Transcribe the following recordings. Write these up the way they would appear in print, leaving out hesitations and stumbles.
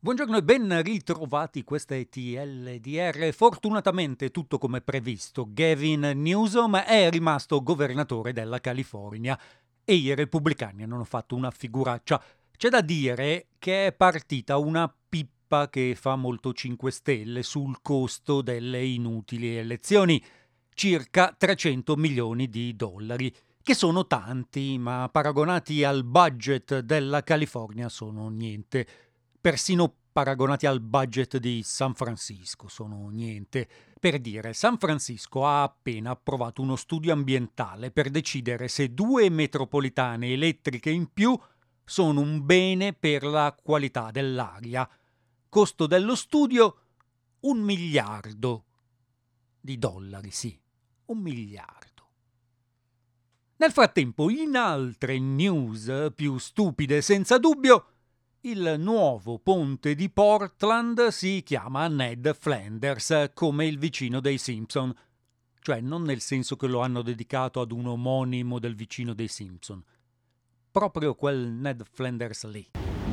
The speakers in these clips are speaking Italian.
Buongiorno e ben ritrovati, questa è TLDR. Fortunatamente tutto come previsto. Gavin Newsom è rimasto governatore della California e i repubblicani hanno fatto una figuraccia. C'è da dire che è partita una pippa che fa molto 5 Stelle sul costo delle inutili elezioni. Circa 300 milioni di dollari, che sono tanti, ma paragonati al budget della California sono niente. Persino paragonati al budget di San Francisco sono niente. Per dire, San Francisco ha appena approvato uno studio ambientale per decidere se 2 metropolitane elettriche in più sono un bene per la qualità dell'aria. Costo dello studio $1 miliardo, sì, 1 miliardo. Nel frattempo, in altre news più stupide senza dubbio, il nuovo ponte di Portland si chiama Ned Flanders, come il vicino dei Simpson. Cioè, non nel senso che lo hanno dedicato ad un omonimo del vicino dei Simpson. Proprio quel Ned Flanders lì.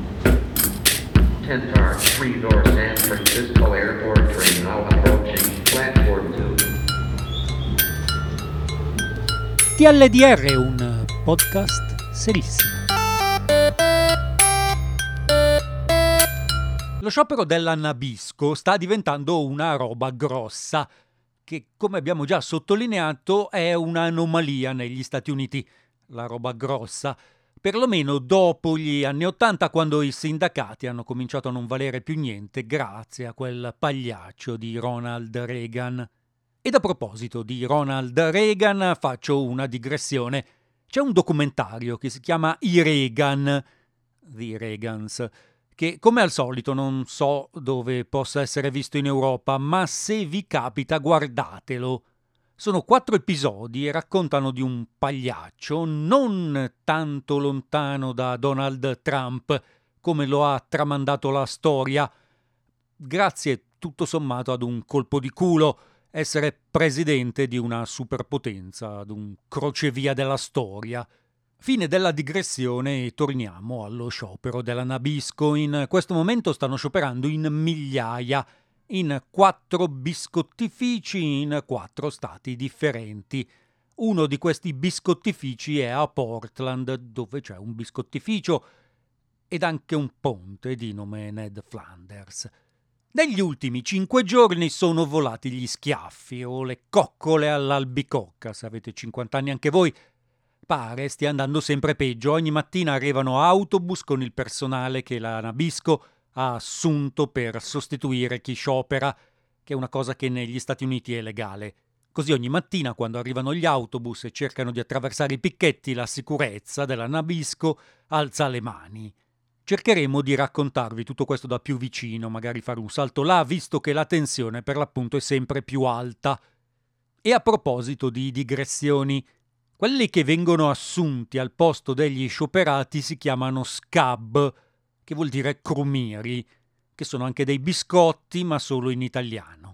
10 car, 3-door San Francisco Airport train now approaching platform 2. TLDR è un podcast serissimo. Lo sciopero della Nabisco sta diventando una roba grossa, che come abbiamo già sottolineato è un'anomalia negli Stati Uniti, la roba grossa, perlomeno dopo gli anni '80, quando i sindacati hanno cominciato a non valere più niente grazie a quel pagliaccio di Ronald Reagan. Ed a proposito di Ronald Reagan faccio una digressione. C'è un documentario che si chiama I Reagan, The Reagans, che come al solito non so dove possa essere visto in Europa, ma se vi capita guardatelo. Sono 4 episodi e raccontano di un pagliaccio non tanto lontano da Donald Trump, come lo ha tramandato la storia, grazie tutto sommato ad un colpo di culo, essere presidente di una superpotenza, ad un crocevia della storia. Fine della digressione e torniamo allo sciopero della Nabisco. In questo momento stanno scioperando in migliaia, in 4 biscottifici in 4 stati differenti. Uno di questi biscottifici è a Portland, dove c'è un biscottificio ed anche un ponte di nome Ned Flanders. Negli ultimi 5 giorni sono volati gli schiaffi o le coccole all'albicocca, se avete 50 anni anche voi. Pare stia andando sempre peggio. Ogni mattina arrivano autobus con il personale che la Nabisco ha assunto per sostituire chi sciopera, che è una cosa che negli Stati Uniti è legale. Così ogni mattina, quando arrivano gli autobus e cercano di attraversare i picchetti, la sicurezza della Nabisco alza le mani. Cercheremo di raccontarvi tutto questo da più vicino, magari fare un salto là, visto che la tensione per l'appunto è sempre più alta. E a proposito di digressioni, quelli che vengono assunti al posto degli scioperati si chiamano scab, che vuol dire crumiri, che sono anche dei biscotti, ma solo in italiano.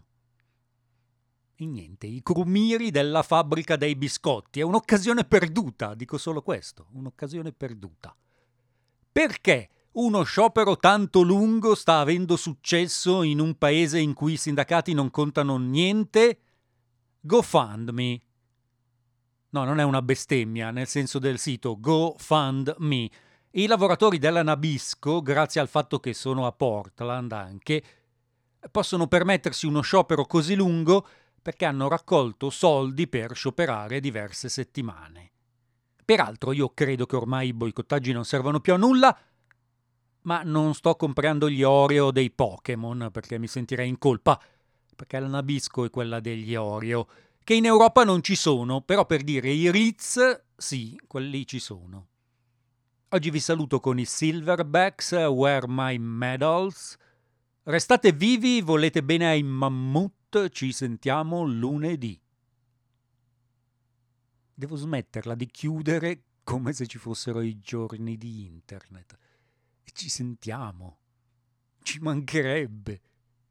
E niente, i crumiri della fabbrica dei biscotti. È un'occasione perduta, dico solo questo, un'occasione perduta. Perché uno sciopero tanto lungo sta avendo successo in un paese in cui i sindacati non contano niente? GoFundMe. No, non è una bestemmia, nel senso del sito GoFundMe. I lavoratori della Nabisco, grazie al fatto che sono a Portland anche, possono permettersi uno sciopero così lungo perché hanno raccolto soldi per scioperare diverse settimane. Peraltro io credo che ormai i boicottaggi non servano più a nulla, ma non sto comprando gli Oreo dei Pokémon perché mi sentirei in colpa, perché la Nabisco è quella degli Oreo, che in Europa non ci sono, però per dire i Ritz, sì, quelli ci sono. Oggi vi saluto con i Silverbacks, Where My Medals. Restate vivi, volete bene ai mammut, ci sentiamo lunedì. Devo smetterla di chiudere come se ci fossero i giorni di internet. E ci sentiamo. Ci mancherebbe.